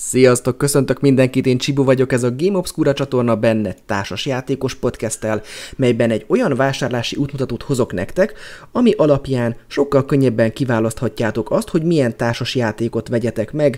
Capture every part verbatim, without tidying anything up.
Sziasztok, köszöntök mindenkit, én Csibu vagyok, ez a Game Obscura csatorna, benne társasjátékos podcasttel, melyben egy olyan vásárlási útmutatót hozok nektek, ami alapján sokkal könnyebben kiválaszthatjátok azt, hogy milyen társasjátékot vegyetek meg,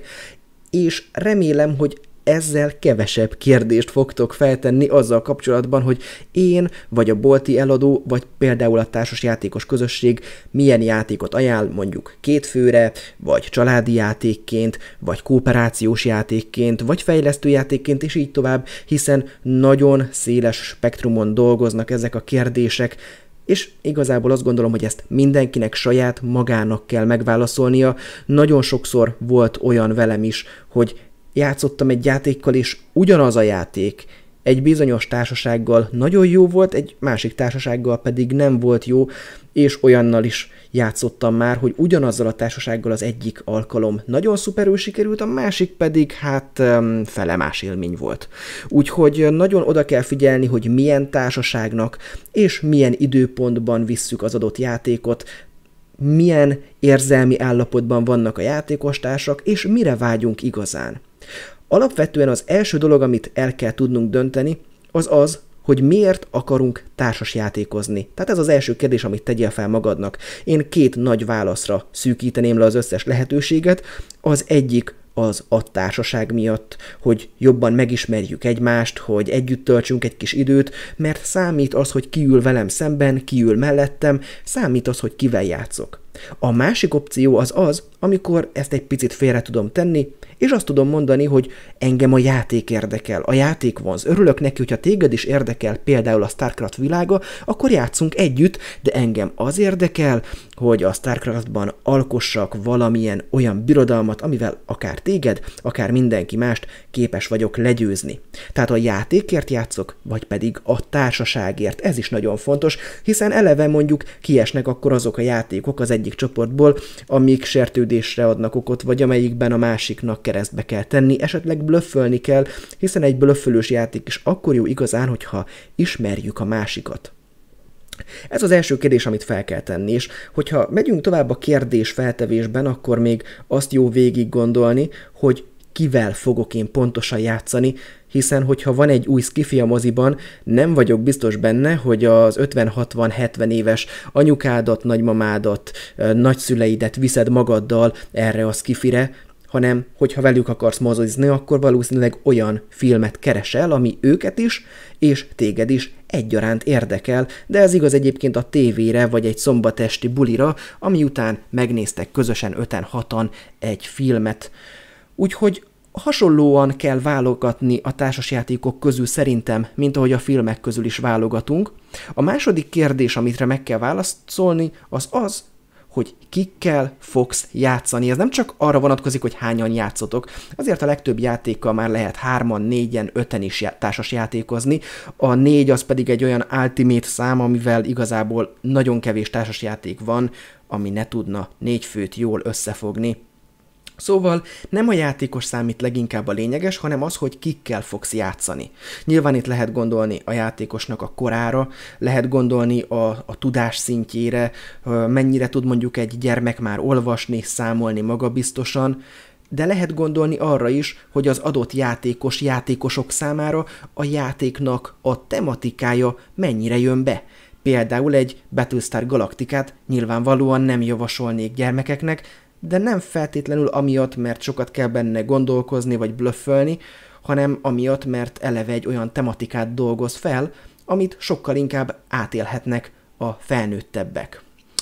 és remélem, hogy ezzel kevesebb kérdést fogtok feltenni azzal kapcsolatban, hogy én, vagy a bolti eladó, vagy például a társasjátékos közösség milyen játékot ajánl, mondjuk két főre, vagy családi játékként, vagy kooperációs játékként, vagy fejlesztő játékként, és így tovább, hiszen nagyon széles spektrumon dolgoznak ezek a kérdések, és igazából azt gondolom, hogy ezt mindenkinek saját magának kell megválaszolnia. Nagyon sokszor volt olyan velem is, hogy játszottam egy játékkal, és ugyanaz a játék egy bizonyos társasággal nagyon jó volt, egy másik társasággal pedig nem volt jó, és olyannal is játszottam már, hogy ugyanazzal a társasággal az egyik alkalom nagyon szuperül sikerült, a másik pedig hát fele más élmény volt. Úgyhogy nagyon oda kell figyelni, hogy milyen társaságnak és milyen időpontban visszük az adott játékot, milyen érzelmi állapotban vannak a játékostársak, és mire vágyunk igazán. Alapvetően az első dolog, amit el kell tudnunk dönteni, az az, hogy miért akarunk társasjátékozni. Tehát ez az első kérdés, amit tegyél fel magadnak. Én két nagy válaszra szűkíteném le az összes lehetőséget. Az egyik az a társaság miatt, hogy jobban megismerjük egymást, hogy együtt töltsünk egy kis időt, mert számít az, hogy ki ül velem szemben, ki ül mellettem, számít az, hogy kivel játszok. A másik opció az az, amikor ezt egy picit félre tudom tenni, és azt tudom mondani, hogy engem a játék érdekel, a játék vonz. Örülök neki, hogyha téged is érdekel például a StarCraft világa, akkor játszunk együtt, de engem az érdekel, hogy a StarCraftban alkossak valamilyen olyan birodalmat, amivel akár téged, akár mindenki mást képes vagyok legyőzni. Tehát a játékért játszok, vagy pedig a társaságért. Ez is nagyon fontos, hiszen eleve mondjuk kiesnek akkor azok a játékok az egyik csoportból, amik sértődésre adnak okot, vagy amelyikben a másiknak keresztbe kell tenni, esetleg blöffölni kell, hiszen egy blöffölős játék is akkor jó igazán, hogyha ismerjük a másikat. Ez az első kérdés, amit fel kell tenni, és hogyha megyünk tovább a kérdés feltevésben, akkor még azt jó végig gondolni, hogy kivel fogok én pontosan játszani, hiszen hogyha van egy új skifi a moziban, nem vagyok biztos benne, hogy az ötven-hatvan-hetven éves anyukádat, nagymamádat, nagyszüleidet viszed magaddal erre a skifire, hanem hogyha velük akarsz mozizni, akkor valószínűleg olyan filmet keresel, ami őket is, és téged is egyaránt érdekel, de ez igaz egyébként a tévére, vagy egy szombatesti bulira, ami után megnéztek közösen öten-hatan egy filmet. Úgyhogy hasonlóan kell válogatni a társasjátékok közül szerintem, mint ahogy a filmek közül is válogatunk. A második kérdés, amit meg kell válaszolni, az az, hogy kikkel fogsz játszani. Ez nem csak arra vonatkozik, hogy hányan játszotok, azért a legtöbb játékkal már lehet hárman, négyen, öten is társas játékozni. A négy az pedig egy olyan ultimate szám, amivel igazából nagyon kevés társasjáték van, ami ne tudna négy főt jól összefogni. Szóval nem a játékos számít leginkább a lényeges, hanem az, hogy kikkel fogsz játszani. Nyilván itt lehet gondolni a játékosnak a korára, lehet gondolni a, a tudás szintjére, mennyire tud mondjuk egy gyermek már olvasni, számolni magabiztosan, de lehet gondolni arra is, hogy az adott játékos játékosok számára a játéknak a tematikája mennyire jön be. Például egy Battlestar Galacticát nyilvánvalóan nem javasolnék gyermekeknek, de nem feltétlenül amiatt, mert sokat kell benne gondolkozni vagy blöffölni, hanem amiatt, mert eleve egy olyan tematikát dolgoz fel, amit sokkal inkább átélhetnek a felnőttebbek.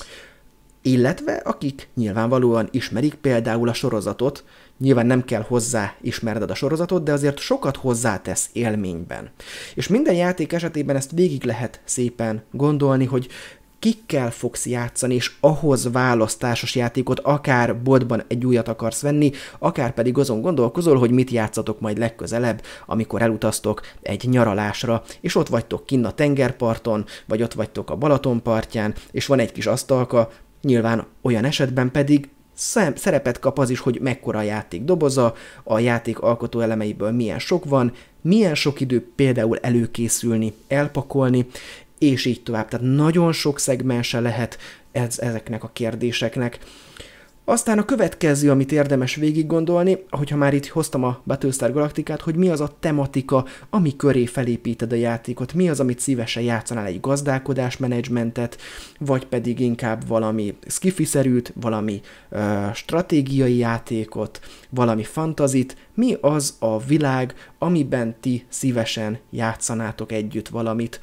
Illetve akik nyilvánvalóan ismerik például a sorozatot, nyilván nem kell hozzá ismerned a sorozatot, de azért sokat hozzátesz élményben. És minden játék esetében ezt végig lehet szépen gondolni, hogy kikkel fogsz játszani, és ahhoz válasz társasjátékot, akár boltban egy újat akarsz venni, akár pedig azon gondolkozol, hogy mit játszatok majd legközelebb, amikor elutaztok egy nyaralásra, és ott vagytok kinn a tengerparton, vagy ott vagytok a Balaton partján, és van egy kis asztalka, nyilván olyan esetben pedig szerepet kap az is, hogy mekkora a játék doboza, a játék alkotó elemeiből milyen sok van, milyen sok idő például előkészülni, elpakolni, és így tovább. Tehát nagyon sok szegmense lehet ez, ezeknek a kérdéseknek. Aztán a következő, amit érdemes végig gondolni, hogyha már itt hoztam a Battlestar Galacticát, hogy mi az a tematika, ami köré felépíted a játékot, mi az, amit szívesen játszanál, egy gazdálkodásmenedzsmentet, vagy pedig inkább valami skifi-szerűt, valami uh, stratégiai játékot, valami fantazit, mi az a világ, amiben ti szívesen játszanátok együtt valamit.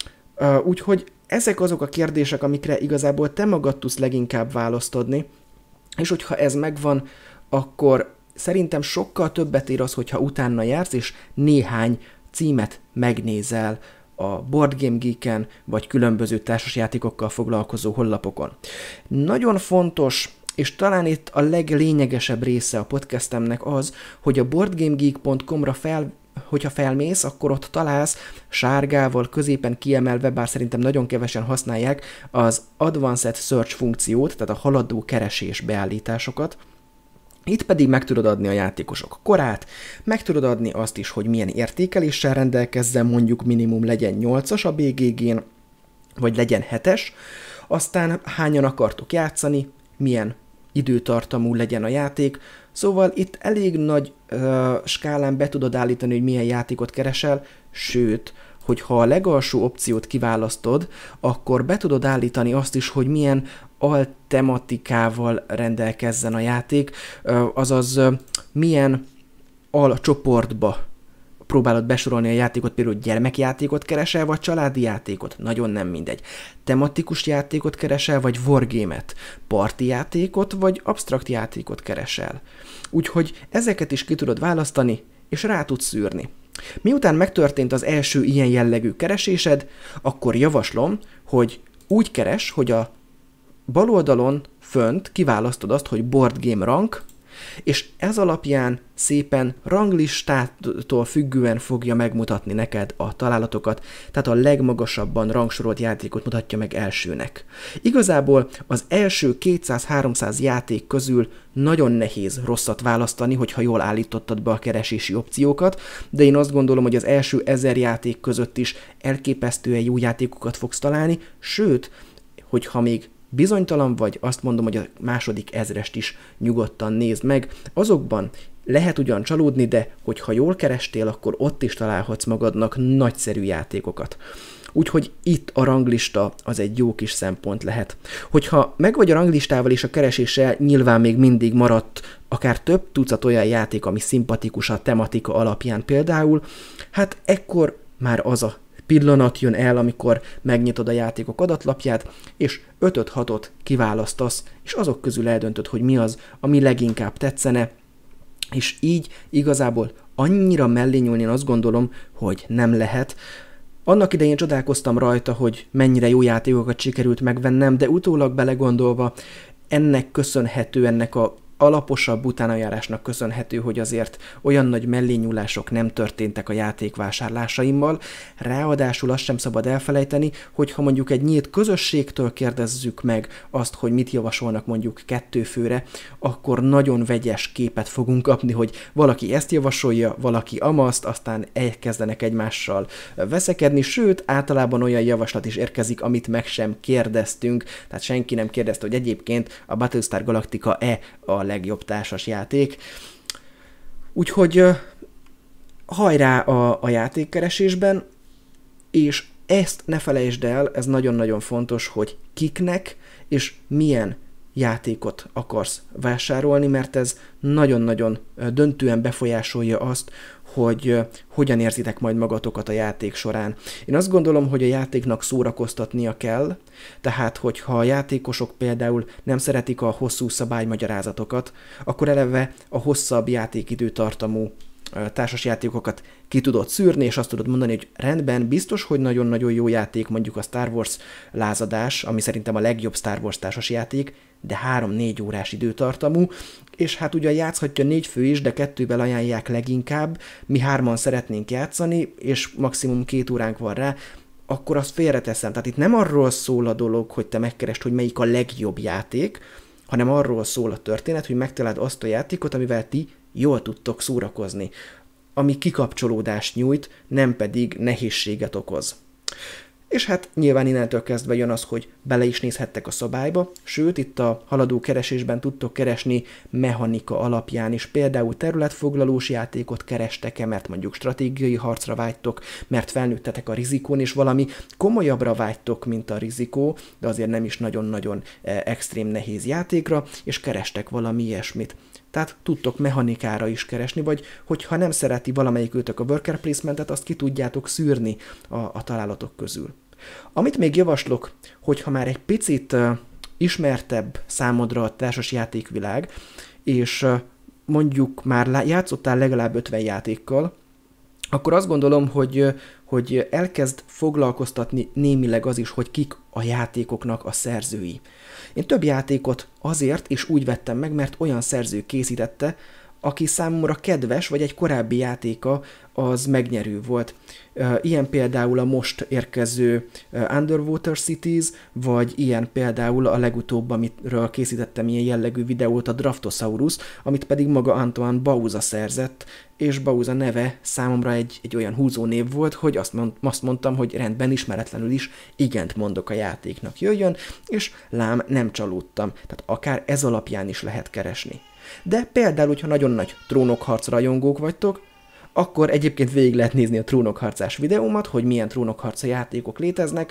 Uh, úgyhogy ezek azok a kérdések, amikre igazából te magad tudsz leginkább választ adni, és hogyha ez megvan, akkor szerintem sokkal többet ér az, hogyha utána jársz, és néhány címet megnézel a Board Game Geek-en, vagy különböző társasjátékokkal foglalkozó honlapokon. Nagyon fontos, és talán itt a leglényegesebb része a podcastemnek az, hogy a boardgamegeek pont com-ra fel hogyha felmész, akkor ott találsz sárgával középen kiemelve, bár szerintem nagyon kevesen használják, az Advanced Search funkciót, tehát a haladó keresés beállításokat. Itt pedig meg tudod adni a játékosok korát, meg tudod adni azt is, hogy milyen értékeléssel rendelkezzen, mondjuk minimum legyen nyolcas a bé gé gén, vagy legyen hetes, aztán hányan akartok játszani, milyen időtartamú legyen a játék, szóval itt elég nagy uh, skálán be tudod állítani, hogy milyen játékot keresel, sőt, hogyha a legalsó opciót kiválasztod, akkor be tudod állítani azt is, hogy milyen altematikával rendelkezzen a játék, uh, azaz uh, milyen alcsoportba próbálod besorolni a játékot, például gyermekjátékot keresel, vagy családi játékot? Nagyon nem mindegy. Tematikus játékot keresel, vagy wargame-et? Parti játékot, vagy absztrakt játékot keresel? Úgyhogy ezeket is ki tudod választani, és rá tudsz szűrni. Miután megtörtént az első ilyen jellegű keresésed, akkor javaslom, hogy úgy keres, hogy a bal oldalon fönt kiválasztod azt, hogy Board Game Rank, és ez alapján szépen ranglistától függően fogja megmutatni neked a találatokat, tehát a legmagasabban rangsorolt játékot mutatja meg elsőnek. Igazából az első kétszáz-háromszáz játék közül nagyon nehéz rosszat választani, hogyha jól állítottad be a keresési opciókat, de én azt gondolom, hogy az első ezer játék között is elképesztően jó játékokat fogsz találni, sőt, hogyha még bizonytalan vagy, azt mondom, hogy a második ezrest is nyugodtan nézd meg. Azokban lehet ugyan csalódni, de hogyha jól kerestél, akkor ott is találhatsz magadnak nagyszerű játékokat. Úgyhogy itt a ranglista az egy jó kis szempont lehet. Hogyha megvagy a ranglistával és a kereséssel, nyilván még mindig maradt akár több tucat olyan játék, ami szimpatikus a tematika alapján például, hát ekkor már az a pillanat jön el, amikor megnyitod a játékok adatlapját, és ötöt-hatot kiválasztasz, és azok közül eldöntöd, hogy mi az, ami leginkább tetszene, és így igazából annyira mellé nyúlni, én azt gondolom, hogy nem lehet. Annak idején csodálkoztam rajta, hogy mennyire jó játékokat sikerült megvennem, de utólag belegondolva ennek köszönhető, ennek a alaposabb utánajárásnak köszönhető, hogy azért olyan nagy mellényúlások nem történtek a játékvásárlásaimmal, ráadásul azt sem szabad elfelejteni, hogy ha mondjuk egy nyílt közösségtől kérdezzük meg azt, hogy mit javasolnak mondjuk kettő főre, akkor nagyon vegyes képet fogunk kapni, hogy valaki ezt javasolja, valaki amaszt, aztán elkezdenek egymással veszekedni, sőt, általában olyan javaslat is érkezik, amit meg sem kérdeztünk, tehát senki nem kérdezte, hogy egyébként a Battlestar Galactica-e a legjobb társas játék. Úgyhogy hajrá a, a játékkeresésben, és ezt ne felejtsd el, ez nagyon-nagyon fontos, hogy kiknek és milyen játékot akarsz vásárolni, mert ez nagyon-nagyon döntően befolyásolja azt, hogy hogyan érzitek majd magatokat a játék során. Én azt gondolom, hogy a játéknak szórakoztatnia kell, tehát hogyha a játékosok például nem szeretik a hosszú szabálymagyarázatokat, akkor eleve a hosszabb játékidőtartamú társasjátékokat ki tudod szűrni, és azt tudod mondani, hogy rendben, biztos, hogy nagyon-nagyon jó játék, mondjuk a Star Wars lázadás, ami szerintem a legjobb Star Wars társasjáték, de három-négy órás időtartamú, és hát ugye játszhatja négy fő is, de kettővel ajánlják leginkább, mi hárman szeretnénk játszani, és maximum két óránk van rá, akkor azt félreteszem. Tehát itt nem arról szól a dolog, hogy te megkeresd, hogy melyik a legjobb játék, hanem arról szól a történet, hogy megtaláld azt a játékot, amivel ti jól tudtok szórakozni, ami kikapcsolódást nyújt, nem pedig nehézséget okoz. És hát nyilván innentől kezdve jön az, hogy bele is nézhettek a szabályba, sőt, itt a haladó keresésben tudtok keresni mechanika alapján is. Például területfoglalós játékot kerestek-e, mert mondjuk stratégiai harcra vágytok, mert felnőttetek a rizikón, és valami komolyabbra vágytok, mint a rizikó, de azért nem is nagyon-nagyon extrém nehéz játékra, és kerestek valami ilyesmit. Tehát tudtok mechanikára is keresni, vagy hogyha nem szereti valamelyikőtök a worker placementet, azt ki tudjátok szűrni a, a találatok közül. Amit még javaslok, hogyha már egy picit uh, ismertebb számodra a társas játékvilág, és uh, mondjuk már játszottál legalább ötven játékkal, akkor azt gondolom, hogy, uh, hogy elkezd foglalkoztatni némileg az is, hogy kik a játékoknak a szerzői. Én több játékot azért és úgy vettem meg, mert olyan szerző készítette, aki számomra kedves, vagy egy korábbi játéka az megnyerő volt. Ilyen például a most érkező Underwater Cities, vagy ilyen például a legutóbb, amiről készítettem ilyen jellegű videót, a Draftosaurus, amit pedig maga Antoine Bauza szerzett, és Bauza neve számomra egy, egy olyan húzónév volt, hogy azt, mond, azt mondtam, hogy rendben ismeretlenül is igent mondok a játéknak, jöjjön, és lám nem csalódtam. Tehát akár ez alapján is lehet keresni. De például, hogyha nagyon nagy trónokharc rajongók vagytok, akkor egyébként végig lehet nézni a trónokharcás videómat, hogy milyen trónokharca játékok léteznek,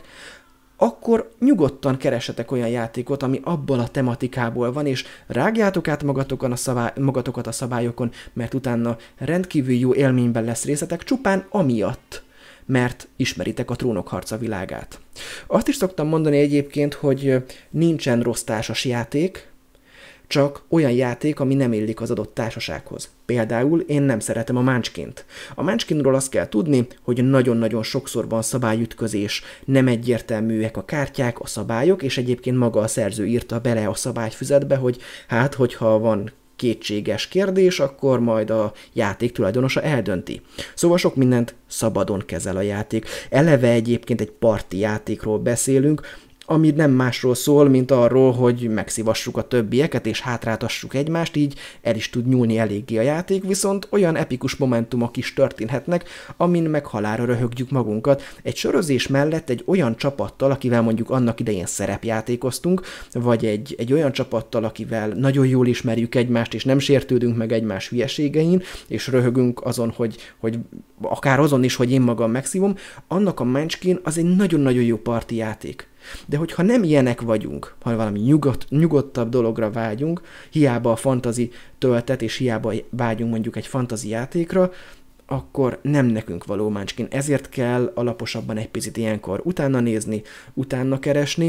akkor nyugodtan keresetek olyan játékot, ami abból a tematikából van, és rágjátok át magatokon a szabály, magatokat a szabályokon, mert utána rendkívül jó élményben lesz részletek, csupán amiatt, mert ismeritek a trónokharca világát. Azt is szoktam mondani egyébként, hogy nincsen rossz társas játék, csak olyan játék, ami nem illik az adott társasághoz. Például én nem szeretem a Munchkint. A Munchkinról azt kell tudni, hogy nagyon-nagyon sokszor van szabályütközés, nem egyértelműek a kártyák, a szabályok, és egyébként maga a szerző írta bele a szabályfüzetbe, hogy hát, hogyha van kétséges kérdés, akkor majd a játék tulajdonosa eldönti. Szóval sok mindent szabadon kezel a játék. Eleve egyébként egy parti játékról beszélünk, ami nem másról szól, mint arról, hogy megszivassuk a többieket, és hátrátassuk egymást, így el is tud nyúlni eléggé a játék, viszont olyan epikus momentumok is történhetnek, amin meg halálra röhögjük magunkat. Egy sörözés mellett egy olyan csapattal, akivel mondjuk annak idején szerepjátékoztunk, vagy egy, egy olyan csapattal, akivel nagyon jól ismerjük egymást, és nem sértődünk meg egymás hülyeségein, és röhögünk azon, hogy, hogy akár azon is, hogy én magam megszívom, annak a Munchkin az egy nagyon-nagyon jó parti játék. De hogyha nem ilyenek vagyunk, ha valami nyugodt, nyugodtabb dologra vágyunk, hiába a fantazi töltet, és hiába vágyunk mondjuk egy fantazi játékra, akkor nem nekünk való Munchkin. Ezért kell alaposabban egy picit ilyenkor utána nézni, utána keresni,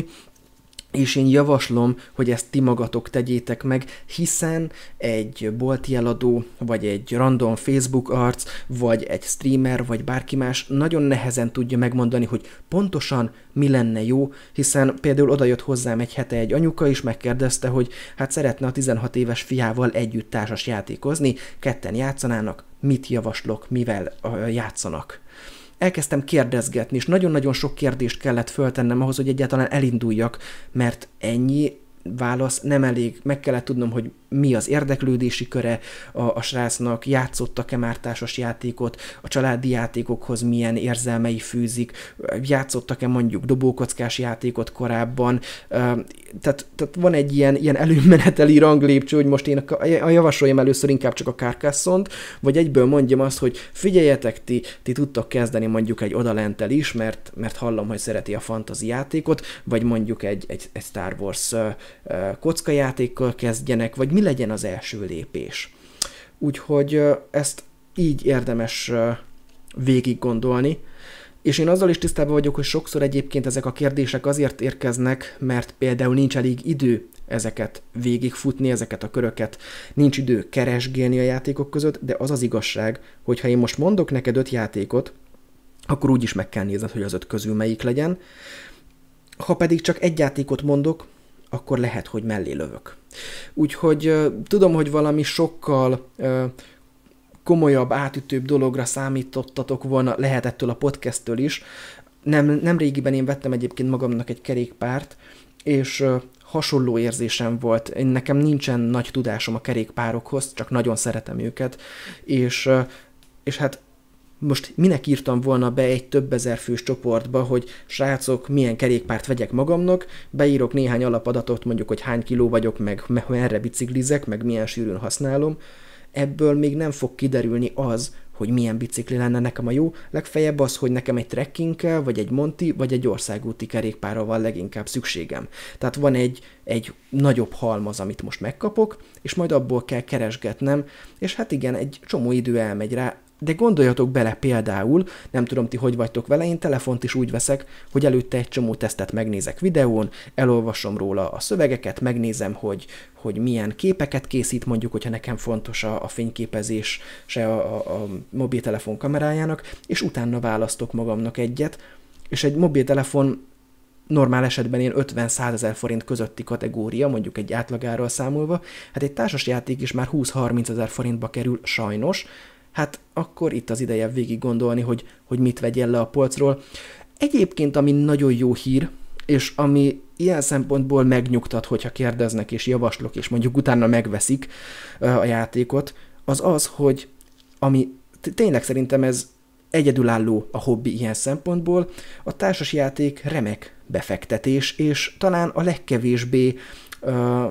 és én javaslom, hogy ezt ti magatok tegyétek meg, hiszen egy bolti eladó, vagy egy random Facebook arc, vagy egy streamer, vagy bárki más nagyon nehezen tudja megmondani, hogy pontosan mi lenne jó, hiszen például odajött hozzám egy hete egy anyuka, és megkérdezte, hogy hát szeretne a tizenhat éves fiával együtt társas játékozni, ketten játszanának, mit javaslok, mivel játszanak. Elkezdtem kérdezgetni, és nagyon-nagyon sok kérdést kellett föltennem ahhoz, hogy egyáltalán elinduljak, mert ennyi válasz nem elég. Meg kellett tudnom, hogy mi az érdeklődési köre a, a srácnak, játszottak-e már társas játékot, a családi játékokhoz milyen érzelmei fűzik, játszottak-e mondjuk dobókockás játékot korábban. Tehát, tehát van egy ilyen, ilyen előmeneteli ranglépcső, hogy most én a, a javasoljam először inkább csak a Carcassonne-t, vagy egyből mondjam azt, hogy figyeljetek, ti, ti tudtok kezdeni mondjuk egy odalenttel is, mert, mert hallom, hogy szereti a fantasy játékot, vagy mondjuk egy, egy, egy Star Wars uh, uh, kockajátékkal kezdjenek, vagy mi legyen az első lépés. Úgyhogy uh, ezt így érdemes uh, végig gondolni, és én azzal is tisztában vagyok, hogy sokszor egyébként ezek a kérdések azért érkeznek, mert például nincs elég idő ezeket végigfutni, ezeket a köröket, nincs idő keresgélni a játékok között, de az az igazság, hogy ha én most mondok neked öt játékot, akkor úgyis meg kell nézned, hogy az öt közül melyik legyen. Ha pedig csak egy játékot mondok, akkor lehet, hogy mellé lövök. Úgyhogy uh, tudom, hogy valami sokkal uh, komolyabb, átütőbb dologra számítottatok volna, lehet ettől a podcasttől is. Nem, nem régiben én vettem egyébként magamnak egy kerékpárt, és uh, hasonló érzésem volt. Én, nekem nincsen nagy tudásom a kerékpárokhoz, csak nagyon szeretem őket, és, uh, és hát most minek írtam volna be egy több ezer fős csoportba, hogy srácok, milyen kerékpárt vegyek magamnak, beírok néhány alapadatot, mondjuk, hogy hány kiló vagyok, meg merre biciklizek, meg milyen sűrűn használom, ebből még nem fog kiderülni az, hogy milyen bicikli lenne nekem a jó, legfeljebb az, hogy nekem egy trekking kell, vagy egy monti, vagy egy országúti kerékpárra van leginkább szükségem. Tehát van egy, egy nagyobb halmaz, amit most megkapok, és majd abból kell keresgetnem, és hát igen, egy csomó idő elmegy rá, de gondoljatok bele például, nem tudom ti hogy vagytok vele, én telefont is úgy veszek, hogy előtte egy csomó tesztet megnézek videón, elolvasom róla a szövegeket, megnézem, hogy, hogy milyen képeket készít, mondjuk, hogyha nekem fontos a, a fényképezés se a, a, a mobiltelefon kamerájának, és utána választok magamnak egyet, és egy mobiltelefon normál esetben én ötven-százezer forint közötti kategória, mondjuk egy átlagáról számolva, hát egy társasjáték is már húsz-harminc ezer forintba kerül sajnos, hát akkor itt az ideje végig gondolni, hogy, hogy mit vegyél le a polcról. Egyébként, ami nagyon jó hír, és ami ilyen szempontból megnyugtat, hogyha kérdeznek és javaslok, és mondjuk utána megveszik a játékot, az az, hogy ami tényleg szerintem ez egyedülálló a hobbi ilyen szempontból, a társasjáték remek befektetés, és talán a legkevésbé uh,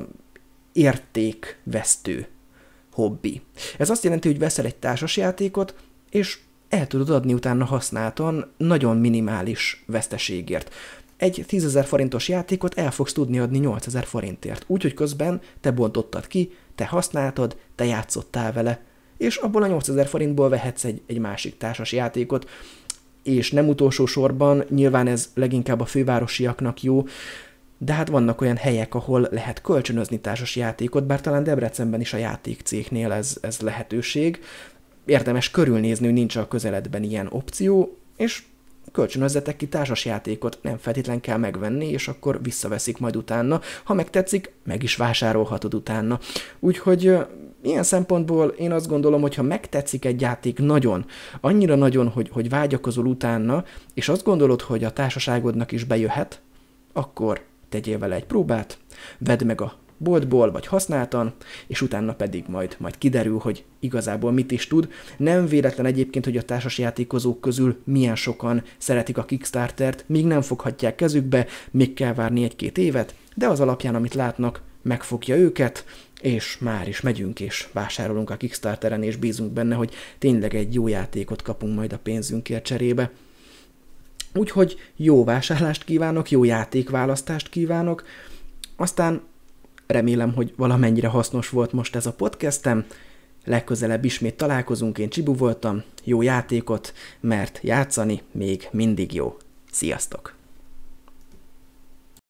értékvesztő hobbi. Ez azt jelenti, hogy veszel egy társasjátékot, és el tudod adni utána használtan nagyon minimális veszteségért. Egy tízezer forintos játékot el fogsz tudni adni nyolcezer forintért, úgyhogy közben te bontottad ki, te használtad, te játszottál vele, és abból a nyolcezer forintból vehetsz egy, egy másik társas játékot, és nem utolsó sorban, nyilván ez leginkább a fővárosiaknak jó, de hát vannak olyan helyek, ahol lehet kölcsönözni társas játékot, bár talán Debrecenben is a játékcégnél ez, ez lehetőség. Érdemes körülnézni, hogy nincs a közeledben ilyen opció, és kölcsönözzetek ki társas játékot, nem feltétlen kell megvenni, és akkor visszaveszik majd utána. Ha megtetszik, meg is vásárolhatod utána. Úgyhogy ilyen szempontból én azt gondolom, hogy ha megtetszik egy játék nagyon, annyira nagyon, hogy, hogy vágyakozol utána, és azt gondolod, hogy a társaságodnak is bejöhet, akkor tegyél vele egy próbát, vedd meg a boltból, vagy használtan, és utána pedig majd, majd kiderül, hogy igazából mit is tud. Nem véletlen egyébként, hogy a társasjátékozók közül milyen sokan szeretik a Kickstartert, míg nem foghatják kezükbe, még kell várni egy-két évet, de az alapján, amit látnak, megfogja őket, és már is megyünk és vásárolunk a Kickstarteren, és bízunk benne, hogy tényleg egy jó játékot kapunk majd a pénzünkért cserébe. Úgyhogy jó vásárlást kívánok, jó játékválasztást kívánok, aztán remélem, hogy valamennyire hasznos volt most ez a podcastem, legközelebb ismét találkozunk, én Csibu voltam, jó játékot, mert játszani még mindig jó. Sziasztok!